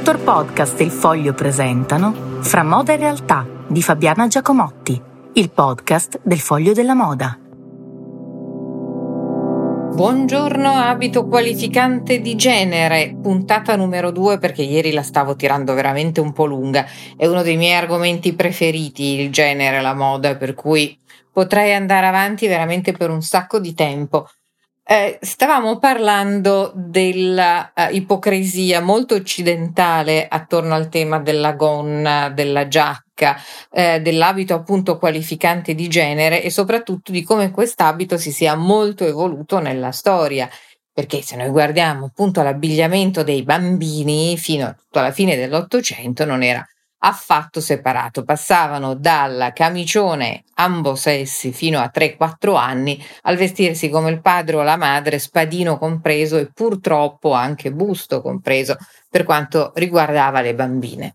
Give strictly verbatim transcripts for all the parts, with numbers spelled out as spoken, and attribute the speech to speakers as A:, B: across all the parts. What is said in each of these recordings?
A: Dottor Podcast e Il Foglio presentano Fra moda e realtà di Fabiana Giacomotti, il podcast del Foglio della Moda.
B: Buongiorno, abito qualificante di genere, puntata numero due perché ieri la stavo tirando veramente un po' lunga. È uno dei miei argomenti preferiti, il genere, la moda, per cui potrei andare avanti veramente per un sacco di tempo. Eh, stavamo parlando della uh, ipocrisia molto occidentale attorno al tema della gonna, della giacca, eh, dell'abito appunto qualificante di genere e soprattutto di come quest'abito si sia molto evoluto nella storia. Perché se noi guardiamo appunto l'abbigliamento dei bambini fino a tutta la fine dell'Ottocento non era affatto separato, passavano dal camicione ambo sessi fino a tre quattro anni al vestirsi come il padre o la madre, spadino compreso e purtroppo anche busto compreso per quanto riguardava le bambine.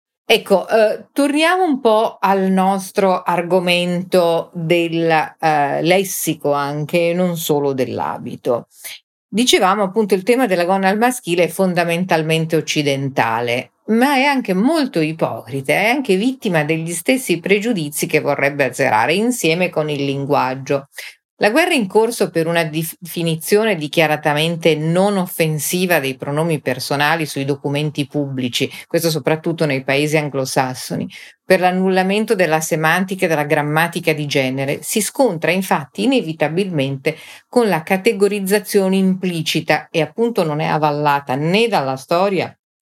B: Ecco, eh, torniamo un po' al nostro argomento del eh, lessico anche, non solo dell'abito. Dicevamo appunto il tema della gonna al maschile è fondamentalmente occidentale, ma è anche molto ipocrita, è anche vittima degli stessi pregiudizi che vorrebbe azzerare insieme con il linguaggio. La guerra in corso per una definizione dichiaratamente non offensiva dei pronomi personali sui documenti pubblici, questo soprattutto nei paesi anglosassoni, per l'annullamento della semantica e della grammatica di genere, si scontra infatti inevitabilmente con la categorizzazione implicita e appunto non è avvallata né dalla storia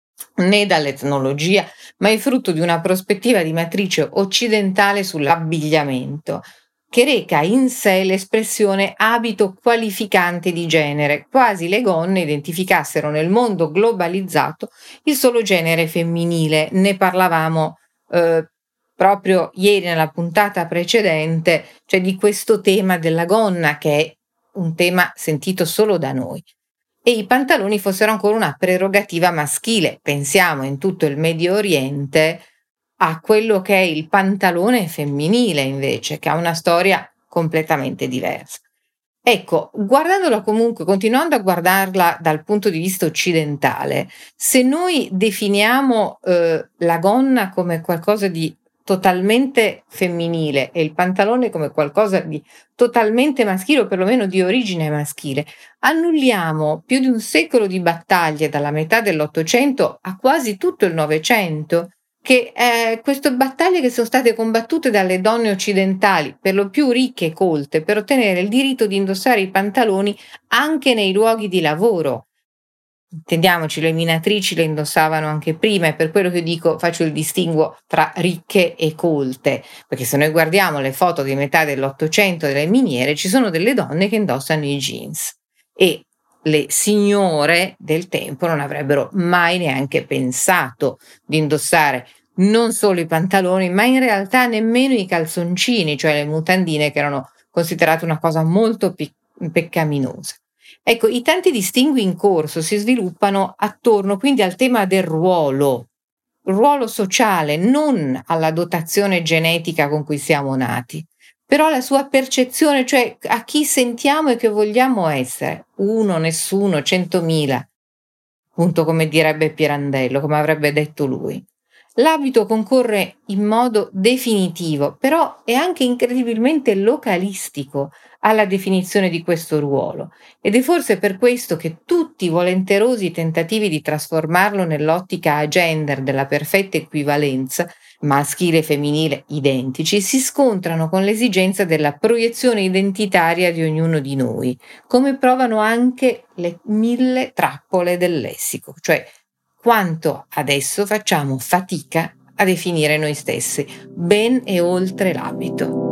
B: né dall'etnologia, ma è frutto di una prospettiva di matrice occidentale sull'abbigliamento, che reca in sé l'espressione abito qualificante di genere, quasi le gonne identificassero nel mondo globalizzato il solo genere femminile. Ne parlavamo eh, proprio ieri nella puntata precedente, cioè di questo tema della gonna, che è un tema sentito solo da noi. E i pantaloni fossero ancora una prerogativa maschile. Pensiamo in tutto il Medio Oriente a quello che è il pantalone femminile invece, che ha una storia completamente diversa. Ecco, guardandola comunque, continuando a guardarla dal punto di vista occidentale, se noi definiamo eh, la gonna come qualcosa di totalmente femminile e il pantalone come qualcosa di totalmente maschile o perlomeno di origine maschile, annulliamo più di un secolo di battaglie dalla metà dell'Ottocento a quasi tutto il Novecento, che eh, queste battaglie che sono state combattute dalle donne occidentali, per lo più ricche e colte, per ottenere il diritto di indossare i pantaloni anche nei luoghi di lavoro. Intendiamoci, le minatrici le indossavano anche prima, è per quello che dico, faccio il distinguo tra ricche e colte, perché se noi guardiamo le foto di metà dell'Ottocento delle miniere ci sono delle donne che indossano i jeans e le signore del tempo non avrebbero mai neanche pensato di indossare non solo i pantaloni, ma in realtà nemmeno i calzoncini, cioè le mutandine, che erano considerate una cosa molto pe- peccaminosa. Ecco, i tanti distingui in corso si sviluppano attorno quindi al tema del ruolo, ruolo sociale, non alla dotazione genetica con cui siamo nati, però la sua percezione, cioè a chi sentiamo e che vogliamo essere, uno, nessuno, centomila, appunto come direbbe Pirandello, come avrebbe detto lui. L'abito concorre in modo definitivo, però è anche incredibilmente localistico alla definizione di questo ruolo ed è forse per questo che tutti i volenterosi tentativi di trasformarlo nell'ottica a gender della perfetta equivalenza, maschile e femminile identici, si scontrano con l'esigenza della proiezione identitaria di ognuno di noi, come provano anche le mille trappole del lessico, cioè quanto adesso facciamo fatica a definire noi stessi, ben e oltre l'abito.